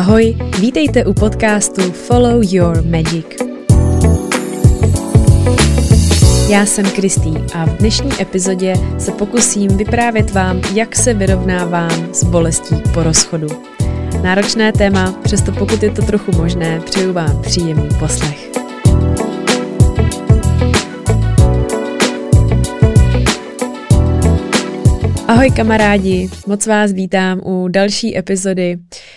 Ahoj, vítejte u podcastu Follow Your Magic. Já jsem Kristý a v dnešní epizodě se pokusím vyprávět vám, jak se vyrovnávám s bolestí po rozchodu. Náročné téma, přesto pokud je to trochu možné, přeju vám příjemný poslech. Ahoj kamarádi, moc vás vítám u další epizody.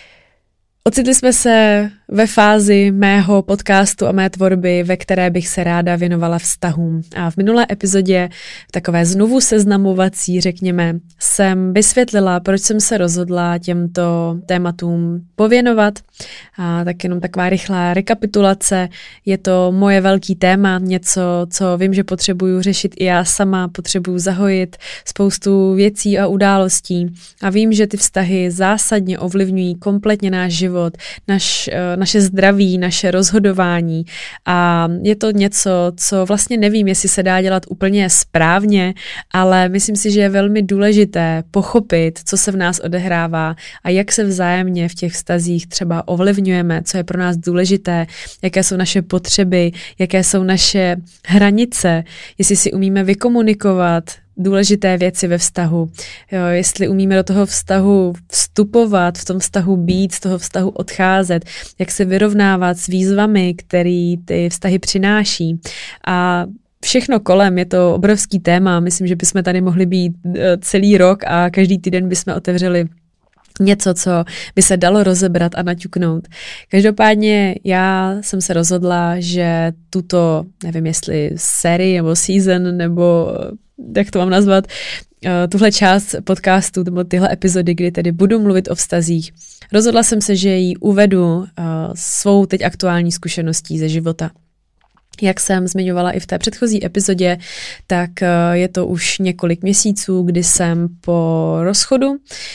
Ocitli jsme se ve fázi mého podcastu a mé tvorby, ve které bych se ráda věnovala vztahům. A v minulé epizodě, v takové znovu seznamovací, řekněme, jsem vysvětlila, proč jsem se rozhodla těmto tématům pověnovat. A tak jenom taková rychlá rekapitulace. Je to moje velký téma, něco, co vím, že potřebuju řešit i já sama, potřebuju zahojit spoustu věcí a událostí. A vím, že ty vztahy zásadně ovlivňují kompletně náš život, naše zdraví, naše rozhodování a je to něco, co vlastně nevím, jestli se dá dělat úplně správně, ale myslím si, že je velmi důležité pochopit, co se v nás odehrává a jak se vzájemně v těch vztazích třeba ovlivňujeme, co je pro nás důležité, jaké jsou naše potřeby, jaké jsou naše hranice, jestli si umíme vykomunikovat důležité věci ve vztahu. Jo, jestli umíme do toho vztahu vstupovat, v tom vztahu být, z toho vztahu odcházet, jak se vyrovnávat s výzvami, který ty vztahy přináší. A všechno kolem, je to obrovský téma. Myslím, že bychom tady mohli být celý rok a každý týden bychom otevřeli něco, co by se dalo rozebrat a naťuknout. Každopádně já jsem se rozhodla, že tuto, nevím jestli sérii nebo season, nebo jak to mám nazvat, tuhle část podcastu, nebo tyhle epizody, kdy tedy budu mluvit o vztazích. Rozhodla jsem se, že ji uvedu svou teď aktuální zkušeností ze života. Jak jsem zmiňovala i v té předchozí epizodě, tak je to už několik měsíců, kdy jsem po rozchodu,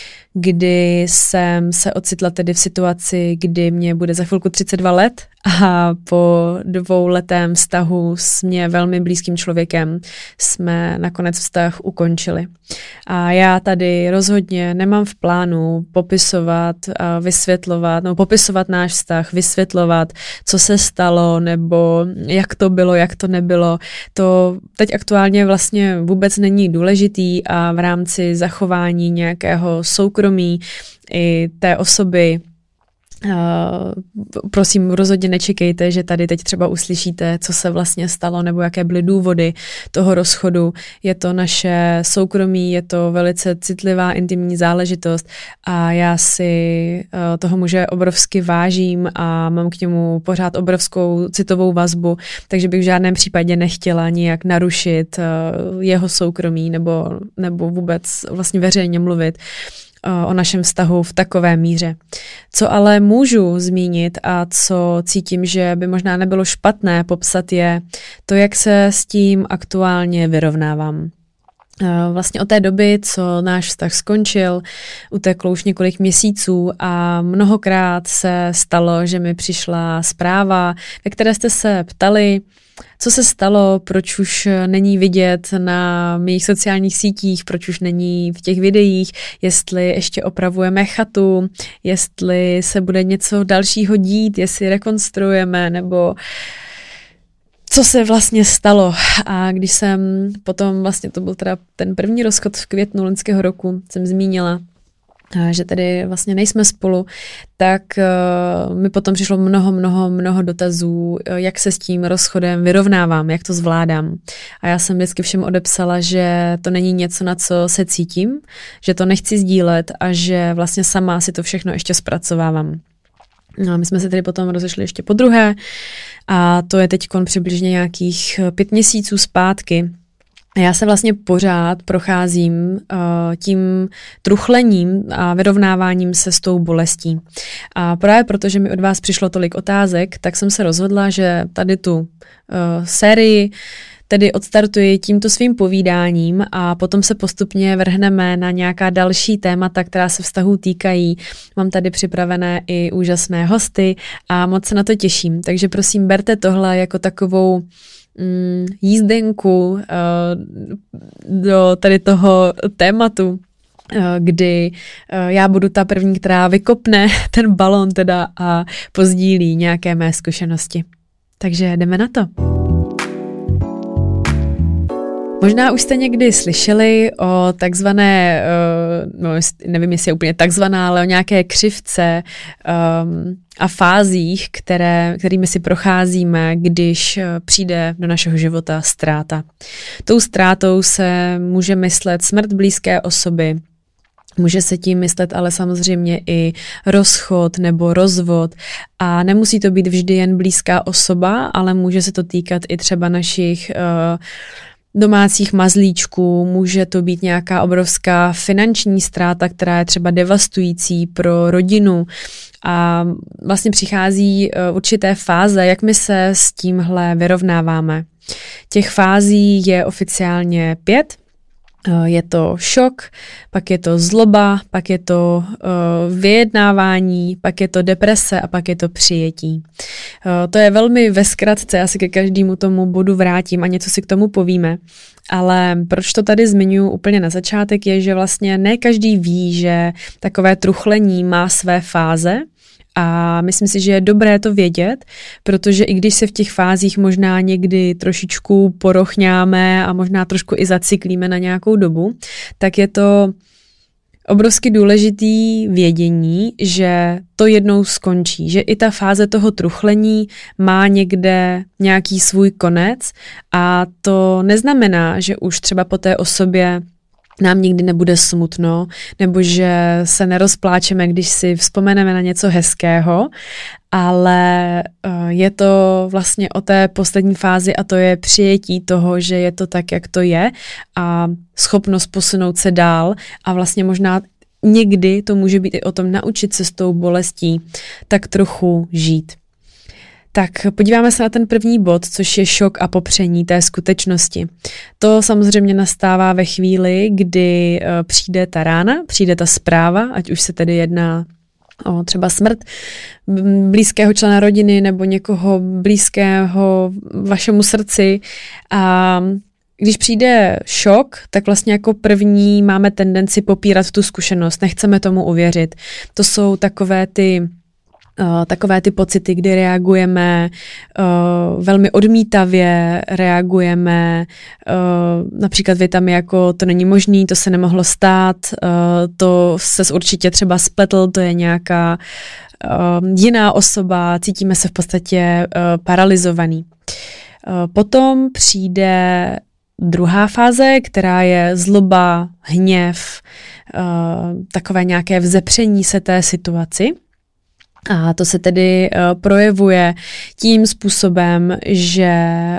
kdy jsem se ocitla tedy v situaci, kdy mě bude za chvilku 32 let a po 2letém vztahu s mě velmi blízkým člověkem jsme nakonec vztah ukončili. A já tady rozhodně nemám v plánu popisovat, vysvětlovat, popisovat náš vztah, vysvětlovat, co se stalo, nebo jak to bylo, jak to nebylo. To teď aktuálně vlastně vůbec není důležitý a v rámci zachování nějakého soukromí i té osoby, prosím, rozhodně nečekejte, že tady teď třeba uslyšíte, co se vlastně stalo nebo jaké byly důvody toho rozchodu. Je to naše soukromí, je to velice citlivá, intimní záležitost a já si toho muže obrovsky vážím a mám k němu pořád obrovskou citovou vazbu, takže bych v žádném případě nechtěla nijak narušit jeho soukromí nebo vůbec vlastně veřejně mluvit o našem vztahu v takové míře. Co ale můžu zmínit a co cítím, že by možná nebylo špatné popsat, je to, jak se s tím aktuálně vyrovnávám. Vlastně od té doby, co náš vztah skončil, uteklo už několik měsíců a mnohokrát se stalo, že mi přišla zpráva, ve které jste se ptali, co se stalo, proč už není vidět na mých sociálních sítích, proč už není v těch videích, jestli ještě opravujeme chatu, jestli se bude něco dalšího dít, jestli rekonstruujeme, nebo co se vlastně stalo. A když jsem potom, vlastně to byl teda ten první rozchod v květnu loňského roku, jsem zmínila, že tedy vlastně nejsme spolu, tak mi potom přišlo mnoho dotazů, jak se s tím rozchodem vyrovnávám, jak to zvládám. A já jsem vždycky všem odepsala, že to není něco, na co se cítím, že to nechci sdílet a že vlastně sama si to všechno ještě zpracovávám. No, my jsme se tedy potom rozešli ještě podruhé a to je teď přibližně nějakých 5 měsíců zpátky. A já se vlastně pořád procházím tím truchlením a vyrovnáváním se s tou bolestí. A právě protože mi od vás přišlo tolik otázek, tak jsem se rozhodla, že tady tu sérii tedy odstartuji tímto svým povídáním a potom se postupně vrhneme na nějaká další témata, která se vztahů týkají. Mám tady připravené i úžasné hosty a moc se na to těším. Takže prosím, berte tohle jako takovou jízdenku do tady toho tématu kdy já budu ta první, která vykopne ten balon teda a pozdílí nějaké mé zkušenosti. Takže jdeme na to. Možná už jste někdy slyšeli o takzvané, nevím, jestli je úplně takzvaná, ale o nějaké křivce a fázích, kterými si procházíme, když přijde do našeho života ztráta. Tou ztrátou se může myslet smrt blízké osoby, může se tím myslet ale samozřejmě i rozchod nebo rozvod a nemusí to být vždy jen blízká osoba, ale může se to týkat i třeba našich domácích mazlíčků, může to být nějaká obrovská finanční ztráta, která je třeba devastující pro rodinu a vlastně přichází určité fáze, jak my se s tímhle vyrovnáváme. Těch fází je oficiálně 5. Je to šok, pak je to zloba, pak je to vyjednávání, pak je to deprese a pak je to přijetí. To je velmi ve zkratce, já se ke každému tomu bodu vrátím a něco si k tomu povíme. Ale proč to tady zmiňuji úplně na začátek je, že vlastně ne každý ví, že takové truchlení má své fáze. A myslím si, že je dobré to vědět, protože i když se v těch fázích možná někdy trošičku porochňáme a možná trošku i zacyklíme na nějakou dobu, tak je to obrovsky důležitý vědění, že to jednou skončí, že i ta fáze toho truchlení má někde nějaký svůj konec a to neznamená, že už třeba po té osobě nám nikdy nebude smutno, nebo že se nerozpláčeme, když si vzpomeneme na něco hezkého, ale je to vlastně o té poslední fázi a to je přijetí toho, že je to tak, jak to je a schopnost posunout se dál a vlastně možná někdy to může být i o tom naučit se s tou bolestí tak trochu žít. Tak podíváme se na ten první bod, což je šok a popření té skutečnosti. To samozřejmě nastává ve chvíli, kdy přijde ta rána, přijde ta zpráva, ať už se tedy jedná o třeba smrt blízkého člena rodiny nebo někoho blízkého vašemu srdci. A když přijde šok, tak vlastně jako první máme tendenci popírat tu zkušenost, nechceme tomu uvěřit. To jsou takové ty pocity, kdy reagujeme velmi odmítavě, reagujeme například větami jako to není možný, to se nemohlo stát, to ses určitě třeba spletl, to je nějaká jiná osoba, cítíme se v podstatě paralizovaný. Potom přijde druhá fáze, která je zloba, hněv, takové nějaké vzepření se té situaci. A to se tedy projevuje tím způsobem, že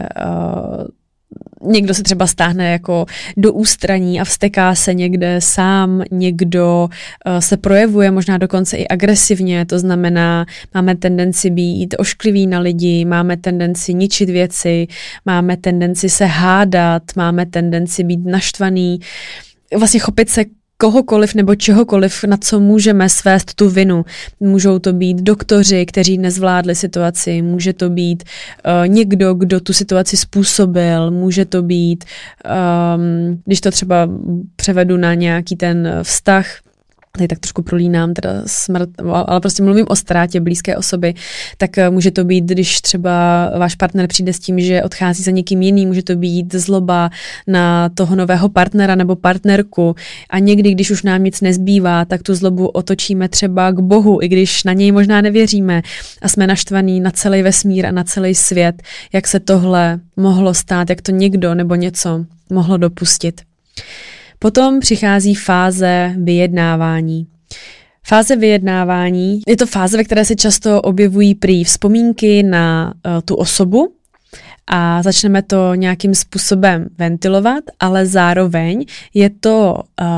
někdo se třeba stáhne jako do ústraní a vzteká se někde sám, někdo se projevuje možná dokonce i agresivně, to znamená, máme tendenci být oškliví na lidi, máme tendenci ničit věci, máme tendenci se hádat, máme tendenci být naštvaný, vlastně chopit se kohokoliv nebo čehokoliv, na co můžeme svést tu vinu. Můžou to být doktoři, kteří nezvládli situaci, může to být někdo, kdo tu situaci způsobil, může to být, když to třeba převedu na nějaký ten vztah, tady tak trošku prolínám teda smrt, ale prostě mluvím o ztrátě blízké osoby, tak může to být, když třeba váš partner přijde s tím, že odchází za někým jiným, může to být zloba na toho nového partnera nebo partnerku a někdy, když už nám nic nezbývá, tak tu zlobu otočíme třeba k Bohu, i když na něj možná nevěříme a jsme naštvaní na celý vesmír a na celý svět, jak se tohle mohlo stát, jak to někdo nebo něco mohlo dopustit. Potom přichází fáze vyjednávání. Fáze vyjednávání je to fáze, ve které se často objevují prý vzpomínky na tu osobu a začneme to nějakým způsobem ventilovat, ale zároveň je to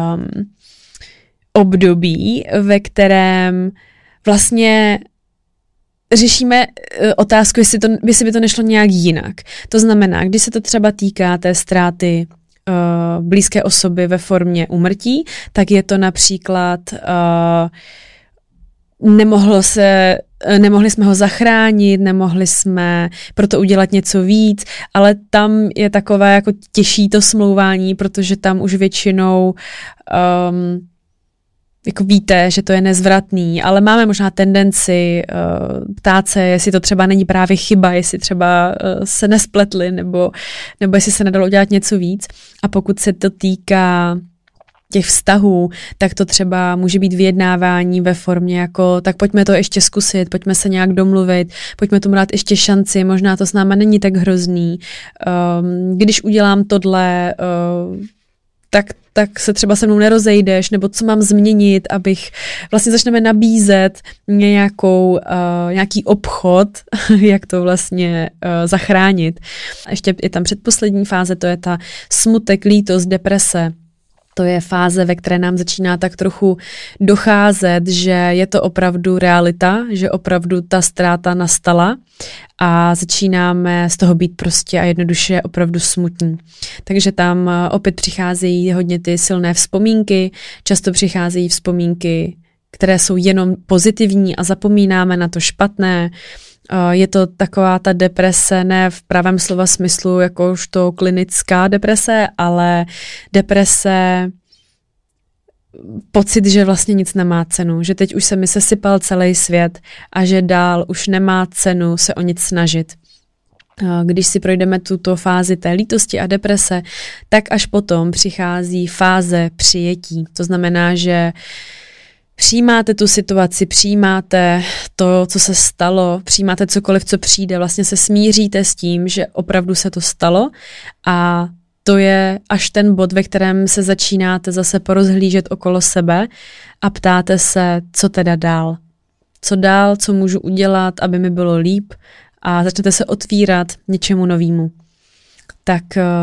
období, ve kterém vlastně řešíme otázku, jestli by to nešlo nějak jinak. To znamená, když se to třeba týká té ztráty blízké osoby ve formě úmrtí, tak je to například nemohli jsme ho zachránit, nemohli jsme proto udělat něco víc, ale tam je takové jako těžší to smlouvání, protože tam už většinou jako víte, že to je nezvratný, ale máme možná tendenci ptát se, jestli to třeba není právě chyba, jestli třeba se nespletli, nebo jestli se nedalo udělat něco víc. A pokud se to týká těch vztahů, tak to třeba může být vyjednávání ve formě jako, tak pojďme to ještě zkusit, pojďme se nějak domluvit, pojďme tomu dát ještě šanci, možná to s náma není tak hrozný. Když udělám tohle, tak se třeba se mnou nerozejdeš, nebo co mám změnit, abych vlastně začneme nabízet nějaký obchod, jak to vlastně zachránit. A ještě je tam předposlední fáze, to je ta smutek, lítost, deprese. To je fáze, ve které nám začíná tak trochu docházet, že je to opravdu realita, že opravdu ta ztráta nastala a začínáme z toho být prostě a jednoduše opravdu smutní. Takže tam opět přicházejí hodně ty silné vzpomínky, často přicházejí vzpomínky, které jsou jenom pozitivní a zapomínáme na to špatné. Je to taková ta deprese, ne v pravém slova smyslu, jakožto klinická deprese, ale deprese, pocit, že vlastně nic nemá cenu, že teď už se mi sesypal celý svět a že dál už nemá cenu se o nic snažit. Když si projdeme tuto fázi té lítosti a deprese, tak až potom přichází fáze přijetí. To znamená, že přijímáte tu situaci, přijímáte to, co se stalo, přijímáte cokoliv, co přijde, vlastně se smíříte s tím, že opravdu se to stalo a to je až ten bod, ve kterém se začínáte zase porozhlížet okolo sebe a ptáte se, co teda dál. Co dál, co můžu udělat, aby mi bylo líp a začnete se otvírat něčemu novému. Tak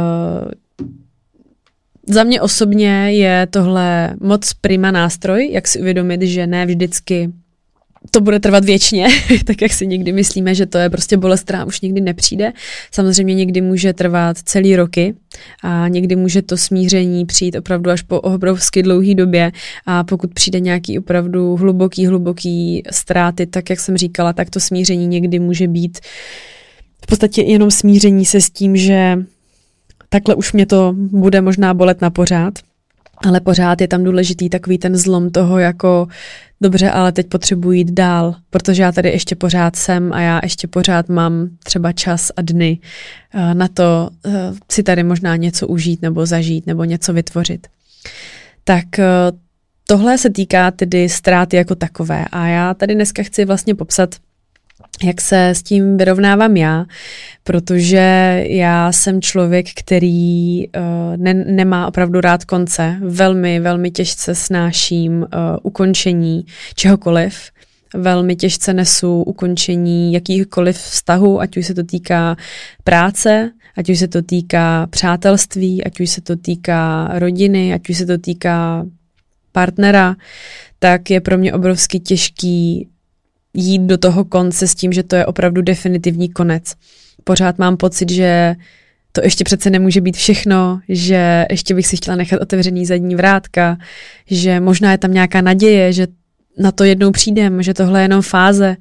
za mě osobně je tohle moc prima nástroj, jak si uvědomit, že ne vždycky to bude trvat věčně, tak jak si někdy myslíme, že to je prostě bolest, která už nikdy nepřijde. Samozřejmě někdy může trvat celý roky a někdy může to smíření přijít opravdu až po obrovsky dlouhé době a pokud přijde nějaký opravdu hluboký ztráty, tak jak jsem říkala, tak to smíření někdy může být v podstatě jenom smíření se s tím, že takhle už mě to bude možná bolet na pořád, ale pořád je tam důležitý takový ten zlom toho jako dobře, ale teď potřebuji jít dál, protože já tady ještě pořád jsem a já ještě pořád mám třeba čas a dny na to si tady možná něco užít nebo zažít nebo něco vytvořit. Tak tohle se týká tedy ztráty jako takové a já tady dneska chci vlastně popsat, jak se s tím vyrovnávám já, protože já jsem člověk, který nemá opravdu rád konce. Velmi, velmi těžce snáším ukončení čehokoliv. Velmi těžce nesu ukončení jakýchkoliv vztahu, ať už se to týká práce, ať už se to týká přátelství, ať už se to týká rodiny, ať už se to týká partnera, tak je pro mě obrovsky těžký jít do toho konce s tím, že to je opravdu definitivní konec. Pořád mám pocit, že to ještě přece nemůže být všechno, že ještě bych si chtěla nechat otevřený zadní vrátka, že možná je tam nějaká naděje, že na to jednou přijdem, že tohle je jenom fáze.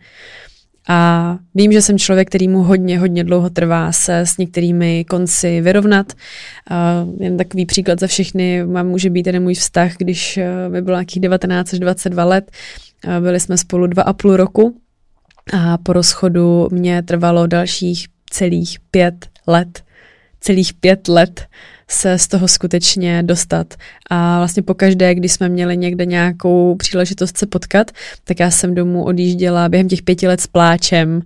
A vím, že jsem člověk, který mu hodně dlouho trvá se s některými konci vyrovnat. Jen takový příklad za všechny může být jeden můj vztah, když mi bylo nějakých 19 až 22 let. Byli jsme spolu 2,5 roku a po rozchodu mě trvalo dalších celých 5 let. Celých 5 let se z toho skutečně dostat. A vlastně pokaždé, když jsme měli někde nějakou příležitost se potkat, tak já jsem domů odjížděla během těch 5 let s pláčem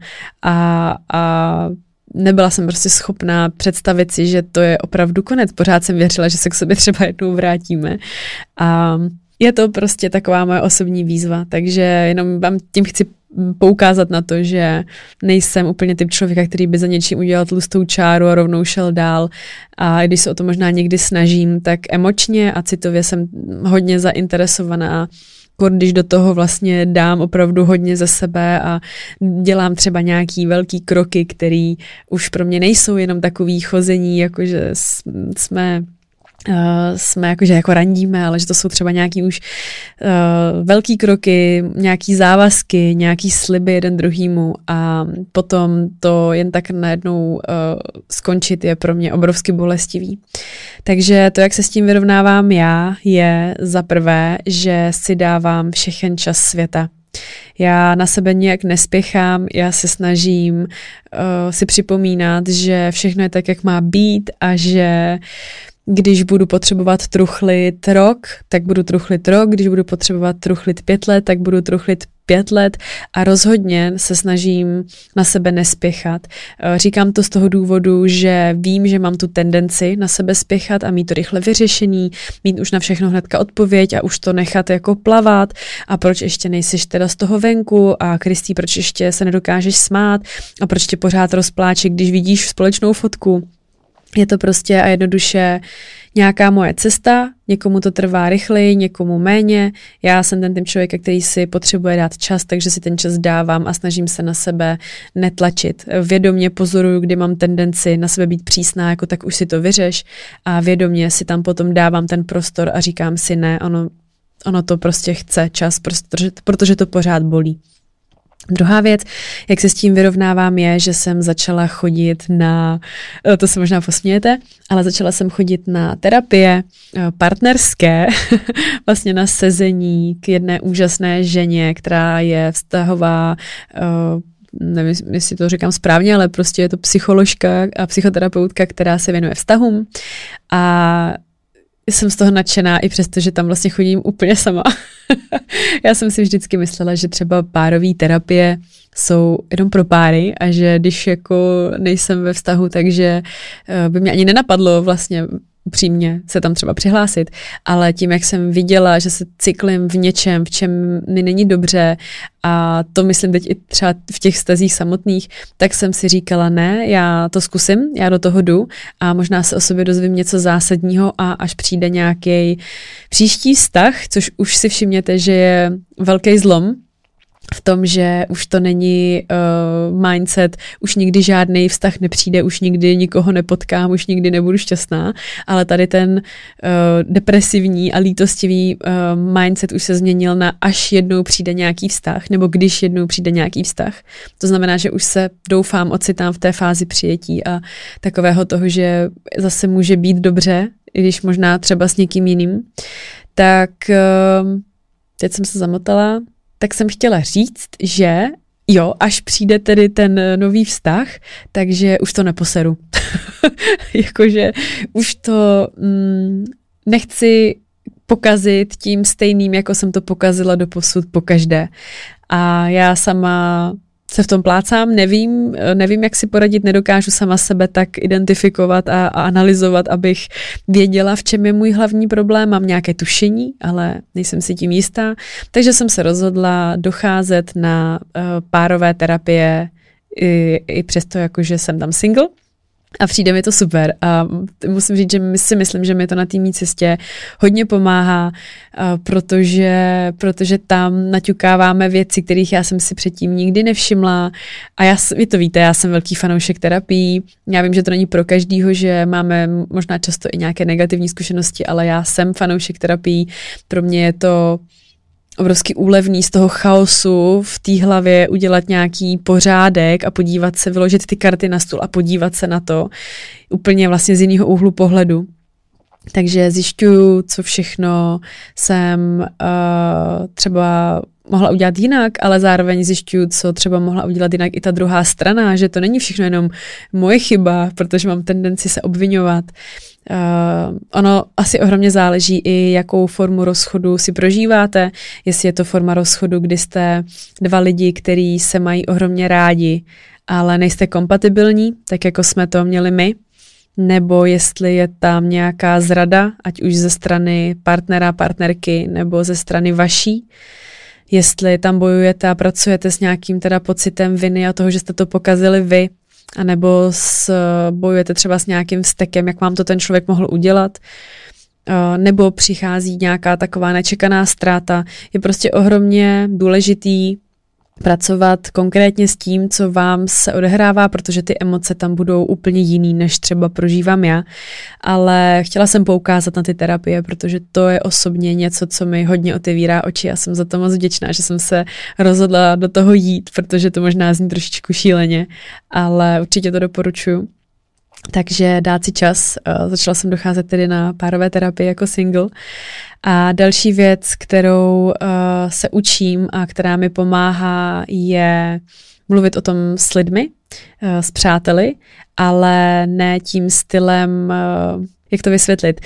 a nebyla jsem prostě schopná představit si, že to je opravdu konec. Pořád jsem věřila, že se k sobě třeba jednou vrátíme. A je to prostě taková moje osobní výzva, takže jenom vám tím chci poukázat na to, že nejsem úplně typ člověka, který by za něčím udělal tlustou čáru a rovnou šel dál. A když se o to možná někdy snažím, tak emočně a citově jsem hodně zainteresovaná. Když do toho vlastně dám opravdu hodně ze sebe a dělám třeba nějaký velký kroky, který už pro mě nejsou jenom takový chození, jakože jsme jsme jakože jako randíme, ale že to jsou třeba nějaký už velký kroky, nějaký závazky, nějaký sliby jeden druhýmu a potom to jen tak najednou skončit je pro mě obrovsky bolestivý. Takže to, jak se s tím vyrovnávám já, je za prvé, že si dávám všechen čas světa. Já na sebe nějak nespěchám, já se snažím si připomínat, že všechno je tak, jak má být a že když budu potřebovat truchlit rok, tak budu truchlit rok, když budu potřebovat truchlit 5 let, tak budu truchlit 5 let a rozhodně se snažím na sebe nespěchat. Říkám to z toho důvodu, že vím, že mám tu tendenci na sebe spěchat a mít to rychle vyřešený, mít už na všechno hnedka odpověď a už to nechat jako plavat a proč ještě nejsiš teda z toho venku a Kristý, proč ještě se nedokážeš smát a proč tě pořád rozpláče, když vidíš společnou fotku. Je to prostě a jednoduše nějaká moje cesta, někomu to trvá rychleji, někomu méně. Já jsem ten typ člověka, který si potřebuje dát čas, takže si ten čas dávám a snažím se na sebe netlačit. Vědomě pozoruju, kdy mám tendenci na sebe být přísná, jako tak už si to vyřeš a vědomě si tam potom dávám ten prostor a říkám si ne, ono to prostě chce čas, protože to pořád bolí. Druhá věc, jak se s tím vyrovnávám, je, že jsem začala chodit to se možná posmějete, ale začala jsem chodit na terapie partnerské, vlastně na sezení k jedné úžasné ženě, která je vztahová, nevím, jestli to říkám správně, ale prostě je to psycholožka a psychoterapeutka, která se věnuje vztahům a jsem z toho nadšená i přesto, že tam vlastně chodím úplně sama. Já jsem si vždycky myslela, že třeba párové terapie jsou jenom pro páry a že když jako nejsem ve vztahu, takže by mě ani nenapadlo vlastně upřímně se tam třeba přihlásit, ale tím, jak jsem viděla, že se cyklím v něčem, v čem mi není dobře a to myslím teď i třeba v těch vztazích samotných, tak jsem si říkala ne, já to zkusím, já do toho jdu a možná se o sobě dozvím něco zásadního a až přijde nějaký příští vztah, což už si všimněte, že je velký zlom, v tom, že už to není mindset, už nikdy žádný vztah nepřijde, už nikdy nikoho nepotkám, už nikdy nebudu šťastná, ale tady ten depresivní a lítostivý mindset už se změnil na až jednou přijde nějaký vztah, nebo když jednou přijde nějaký vztah. To znamená, že už se doufám ocitám v té fázi přijetí a takového toho, že zase může být dobře, i když možná třeba s někým jiným. Tak teď jsem se zamotala, tak jsem chtěla říct, že jo, až přijde tedy ten nový vztah, takže už to neposeru. Jakože už to nechci pokazit tím stejným, jako jsem to pokazila doposud pokaždé. A já sama se v tom plácám, nevím, jak si poradit, nedokážu sama sebe tak identifikovat a analyzovat, abych věděla, v čem je můj hlavní problém. Mám nějaké tušení, ale nejsem si tím jistá. Takže jsem se rozhodla docházet na párové terapie i přesto, jakože jsem tam single. A přijde mi to super a musím říct, že si myslím, že mi to na té mý cestě hodně pomáhá, protože tam naťukáváme věci, kterých já jsem si předtím nikdy nevšimla a vy to víte, já jsem velký fanoušek terapií, já vím, že to není pro každýho, že máme možná často i nějaké negativní zkušenosti, ale já jsem fanoušek terapií, pro mě je to obrovský úlevný z toho chaosu v té hlavě udělat nějaký pořádek a podívat se, vyložit ty karty na stůl a podívat se na to úplně vlastně z jiného úhlu pohledu. Takže zjišťuju, co všechno jsem třeba mohla udělat jinak, ale zároveň zjišťuju, co třeba mohla udělat jinak i ta druhá strana, že to není všechno jenom moje chyba, protože mám tendenci se obviňovat. Ono asi ohromně záleží i jakou formu rozchodu si prožíváte, jestli je to forma rozchodu, kdy jste dva lidi, kteří se mají ohromně rádi, ale nejste kompatibilní, tak jako jsme to měli my, nebo jestli je tam nějaká zrada, ať už ze strany partnera, partnerky, nebo ze strany vaší, jestli tam bojujete a pracujete s nějakým teda pocitem viny a toho, že jste to pokazili vy, anebo bojujete třeba s nějakým vztekem, jak vám to ten člověk mohl udělat, nebo přichází nějaká taková nečekaná ztráta. Je prostě ohromně důležitý pracovat konkrétně s tím, co vám se odehrává, protože ty emoce tam budou úplně jiný, než třeba prožívám já. Ale chtěla jsem poukázat na ty terapie, protože to je osobně něco, co mi hodně otevírá oči. Já jsem za to moc vděčná, že jsem se rozhodla do toho jít, protože to možná zní trošičku šíleně, ale určitě to doporučuji. Takže dát si čas. Začala jsem docházet tedy na párové terapii jako single. A další věc, kterou se učím a která mi pomáhá, je mluvit o tom s lidmi, s přáteli, ale ne tím stylem, jak to vysvětlit.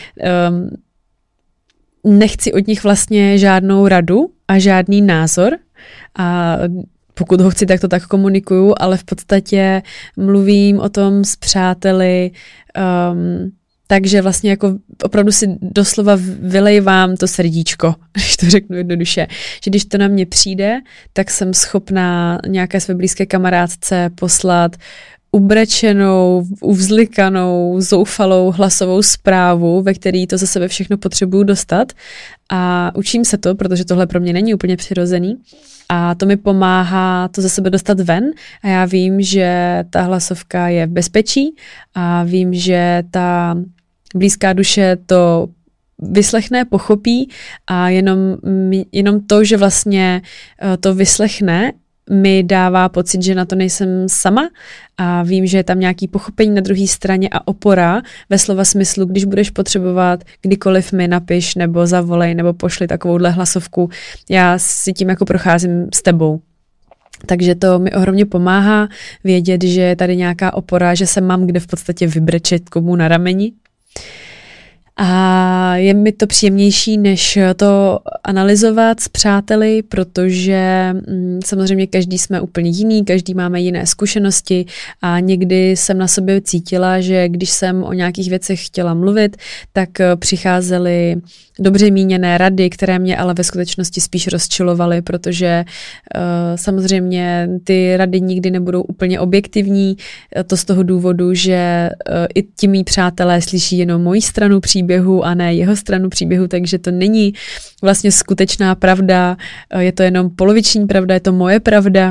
Nechci od nich vlastně žádnou radu a žádný názor a pokud ho chci, tak to tak komunikuju, ale v podstatě mluvím o tom s přáteli, takže vlastně jako opravdu si doslova vylejvám to srdíčko, když to řeknu jednoduše. Že když to na mě přijde, tak jsem schopná nějaké své blízké kamarádce poslat ubrečenou, uvzlikanou, zoufalou hlasovou zprávu, ve který to ze sebe všechno potřebuju dostat. A učím se to, protože tohle pro mě není úplně přirozený. A to mi pomáhá to ze sebe dostat ven a já vím, že ta hlasovka je v bezpečí a vím, že ta blízká duše to vyslechne, pochopí a jenom to, že vlastně to vyslechne, mi dává pocit, že na to nejsem sama a vím, že je tam nějaký pochopení na druhé straně a opora ve slova smyslu, když budeš potřebovat, kdykoliv mi napiš nebo zavolej nebo pošli takovouhle hlasovku, já si tím jako procházím s tebou. Takže to mi ohromně pomáhá vědět, že je tady nějaká opora, že se mám kde v podstatě vybrečet komu na rameni. A je mi to příjemnější, než to analyzovat s přáteli, protože samozřejmě každý jsme úplně jiný, každý máme jiné zkušenosti a někdy jsem na sobě cítila, že když jsem o nějakých věcech chtěla mluvit, tak přicházely dobře míněné rady, které mě ale ve skutečnosti spíš rozčilovaly, protože samozřejmě ty rady nikdy nebudou úplně objektivní, to z toho důvodu, že i ti mý přátelé slyší jenom moji stranu příběhu a ne jeho stranu příběhu, takže to není vlastně skutečná pravda, je to jenom poloviční pravda, je to moje pravda.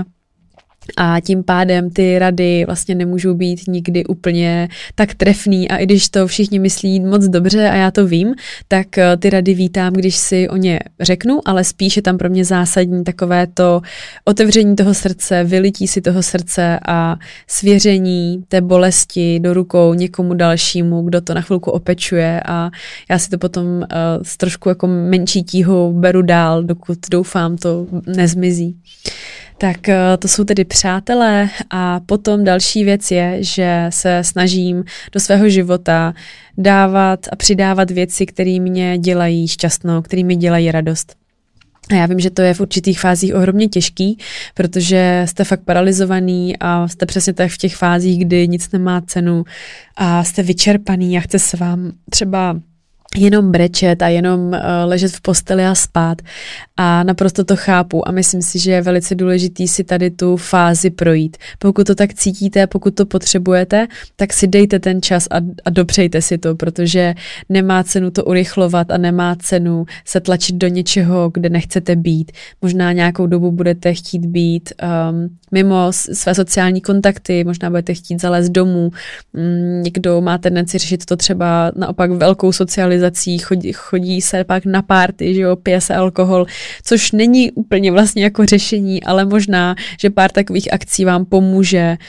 A tím pádem ty rady vlastně nemůžou být nikdy úplně tak trefný a i když to všichni myslí moc dobře a já to vím, tak ty rady vítám, když si o ně řeknu, ale spíš je tam pro mě zásadní takové to otevření toho srdce, vylití si toho srdce a svěření té bolesti do rukou někomu dalšímu, kdo to na chvilku opečuje a já si to potom s trošku jako menší tíhou beru dál, dokud doufám to nezmizí. Tak to jsou tedy přátelé a potom další věc je, že se snažím do svého života dávat a přidávat věci, které mě dělají šťastnou, které mi dělají radost. A já vím, že to je v určitých fázích ohromně těžký, protože jste fakt paralizovaný a jste přesně tak v těch fázích, kdy nic nemá cenu a jste vyčerpaný a chce se vám třeba jenom brečet a jenom ležet v posteli a spát a naprosto to chápu a myslím si, že je velice důležitý si tady tu fázi projít. Pokud to tak cítíte, pokud to potřebujete, tak si dejte ten čas a dopřejte si to, protože nemá cenu to urychlovat a nemá cenu se tlačit do něčeho, kde nechcete být. Možná nějakou dobu budete chtít být mimo své sociální kontakty, možná budete chtít zalézt domů, někdo má tendenci řešit to třeba naopak velkou socializací, chodí se pak na party, že jo, pije se alkohol, což není úplně vlastně jako řešení, ale možná, že pár takových akcí vám pomůže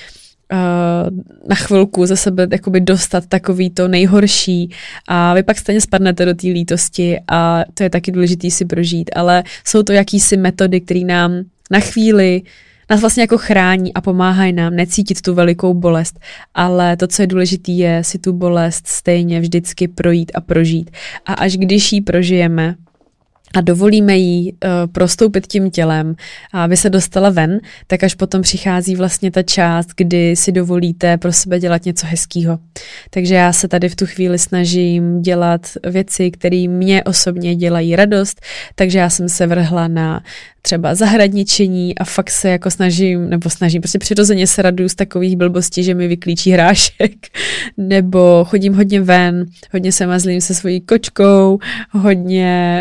na chvilku ze sebe jakoby dostat takový to nejhorší a vy pak stejně spadnete do té lítosti a to je taky důležitý si prožít, ale jsou to jakýsi metody, které nám na chvíli nás vlastně jako chrání a pomáhají nám necítit tu velikou bolest, ale to, co je důležité, je si tu bolest stejně vždycky projít a prožít. A až když ji prožijeme a dovolíme jí prostoupit tím tělem, aby se dostala ven, tak až potom přichází vlastně ta část, kdy si dovolíte pro sebe dělat něco hezkýho. Takže já se tady v tu chvíli snažím dělat věci, které mě osobně dělají radost, takže já jsem se vrhla na třeba zahradničení a fakt se jako snažím, prostě přirozeně se raduju z takových blbostí, že mi vyklíčí hrášek, nebo chodím hodně ven, hodně se mazlím se svojí kočkou, hodně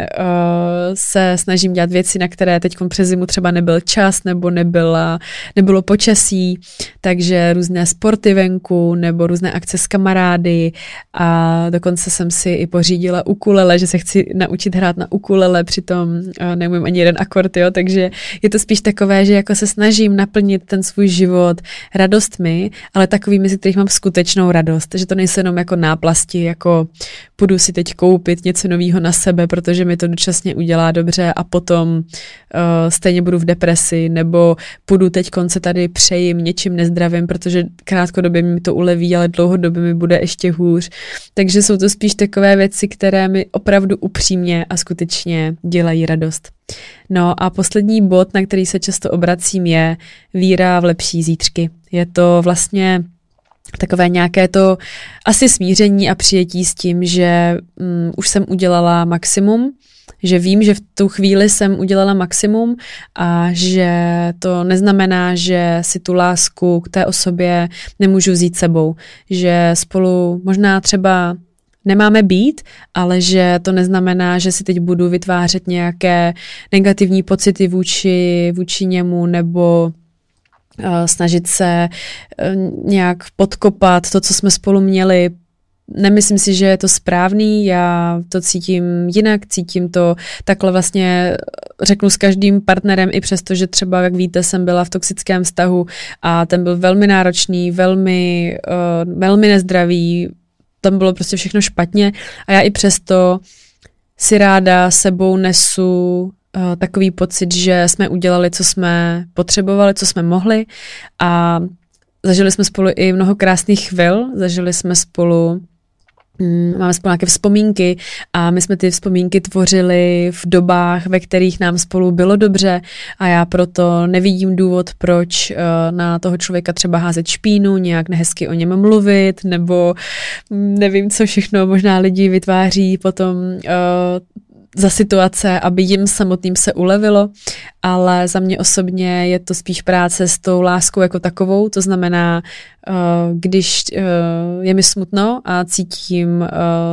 se snažím dělat věci, na které teď přes zimu třeba nebyl čas, nebo nebylo počasí, takže různé sporty venku, nebo různé akce s kamarády a dokonce jsem si i pořídila ukulele, že se chci naučit hrát na ukulele, přitom neumím ani jeden akord, jo, takže je to spíš takové, že jako se snažím naplnit ten svůj život radostmi, ale takovými, z kterých mám skutečnou radost, že to nejsou jenom jako náplasti, jako půjdu si teď koupit něco nového na sebe, protože mi to dočasně udělá dobře a potom stejně budu v depresi, nebo půjdu teď se tady přejím něčím nezdravým, protože krátkodobě mi to uleví, ale dlouhodobě mi bude ještě hůř. Takže jsou to spíš takové věci, které mi opravdu upřímně a skutečně dělají radost. No a poslední bod, na který se často obracím, je víra v lepší zítřky. Je to vlastně takové nějaké to asi smíření a přijetí s tím, že už jsem udělala maximum, že vím, že v tu chvíli jsem udělala maximum a že to neznamená, že si tu lásku k té osobě nemůžu vzít sebou, že spolu možná třeba nemáme být, ale že to neznamená, že si teď budu vytvářet nějaké negativní pocity vůči němu nebo snažit se nějak podkopat to, co jsme spolu měli. Nemyslím si, že je to správný, já to cítím jinak, cítím to takhle vlastně, řeknu s každým partnerem, i přesto, že třeba, jak víte, jsem byla v toxickém vztahu a ten byl velmi náročný, velmi nezdravý, tam bylo prostě všechno špatně a já i přesto si ráda sebou nesu takový pocit, že jsme udělali, co jsme potřebovali, co jsme mohli a zažili jsme spolu i mnoho krásných chvil, máme spolu nějaké vzpomínky a my jsme ty vzpomínky tvořili v dobách, ve kterých nám spolu bylo dobře a já proto nevidím důvod, proč na toho člověka třeba házet špínu, nějak nehezky o něm mluvit, nebo nevím, co všechno možná lidi vytváří potom za situace, aby jim samotným se ulevilo, ale za mě osobně je to spíš práce s tou láskou jako takovou, to znamená, když je mi smutno a cítím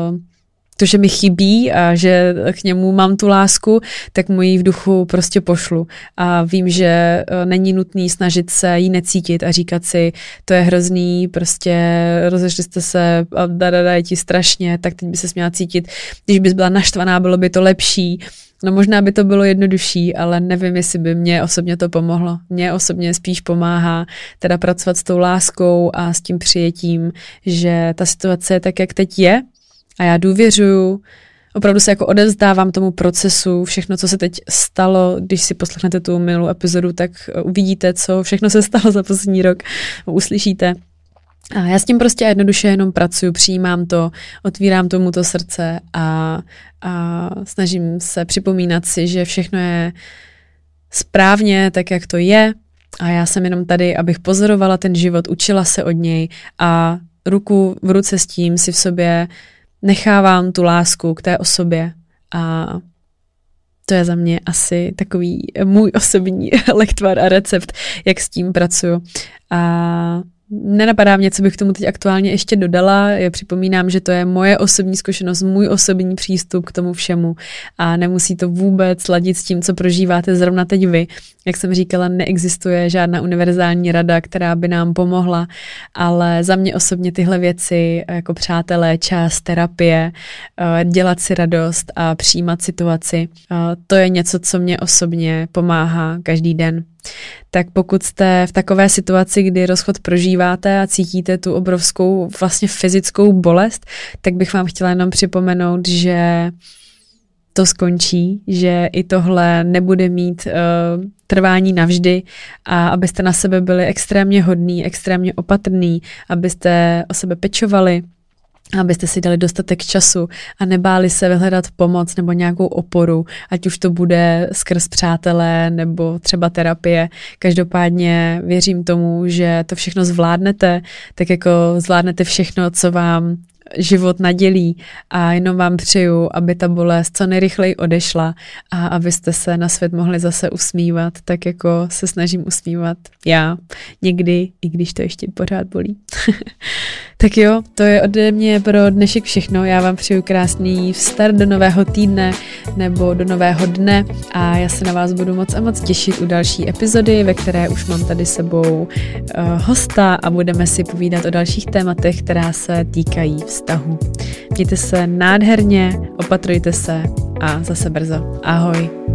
to, že mi chybí a že k němu mám tu lásku, tak mu ji v duchu prostě pošlu. A vím, že není nutný snažit se jí necítit a říkat si, to je hrozný, prostě rozešli jste se a je ti strašně, tak teď by se měla cítit. Když bys byla naštvaná, bylo by to lepší. No možná by to bylo jednodušší, ale nevím, jestli by mě osobně to pomohlo. Mně osobně spíš pomáhá teda pracovat s tou láskou a s tím přijetím, že ta situace je tak, jak teď je, a já důvěřuju, opravdu se jako odevzdávám tomu procesu, všechno, co se teď stalo, když si poslechnete tu minulou epizodu, tak uvidíte, co všechno se stalo za poslední rok, uslyšíte. A já s tím prostě jednoduše jenom pracuju, přijímám to, otvírám tomu to srdce a snažím se připomínat si, že všechno je správně, tak jak to je a já jsem jenom tady, abych pozorovala ten život, učila se od něj a ruku v ruce s tím si v sobě nechávám tu lásku k té osobě a to je za mě asi takový můj osobní lektvar a recept, jak s tím pracuju. A nenapadá mě, co bych k tomu teď aktuálně ještě dodala. Já připomínám, že to je moje osobní zkušenost, můj osobní přístup k tomu všemu a nemusí to vůbec ladit s tím, co prožíváte zrovna teď vy. Jak jsem říkala, neexistuje žádná univerzální rada, která by nám pomohla, ale za mě osobně tyhle věci jako přátelé, čas, terapie, dělat si radost a přijímat situaci, to je něco, co mě osobně pomáhá každý den. Tak pokud jste v takové situaci, kdy rozchod prožíváte a cítíte tu obrovskou vlastně fyzickou bolest, tak bych vám chtěla jenom připomenout, že to skončí, že i tohle nebude mít trvání navždy a abyste na sebe byli extrémně hodní, extrémně opatrní, abyste o sebe pečovali, abyste si dali dostatek času a nebáli se vyhledat pomoc nebo nějakou oporu, ať už to bude skrz přátelé nebo třeba terapie. Každopádně věřím tomu, že to všechno zvládnete, tak jako zvládnete všechno, co vám život nadělí a jenom vám přeju, aby ta bolest co nejrychleji odešla a abyste se na svět mohli zase usmívat, tak jako se snažím usmívat já někdy, i když to ještě pořád bolí. Tak jo, to je ode mě pro dnešek všechno. Já vám přeju krásný vstart do nového týdne nebo do nového dne a já se na vás budu moc těšit u další epizody, ve které už mám tady sebou hosta a budeme si povídat o dalších tématech, která se týkají vztahu. Mějte se nádherně, opatrujte se a zase brzo. Ahoj.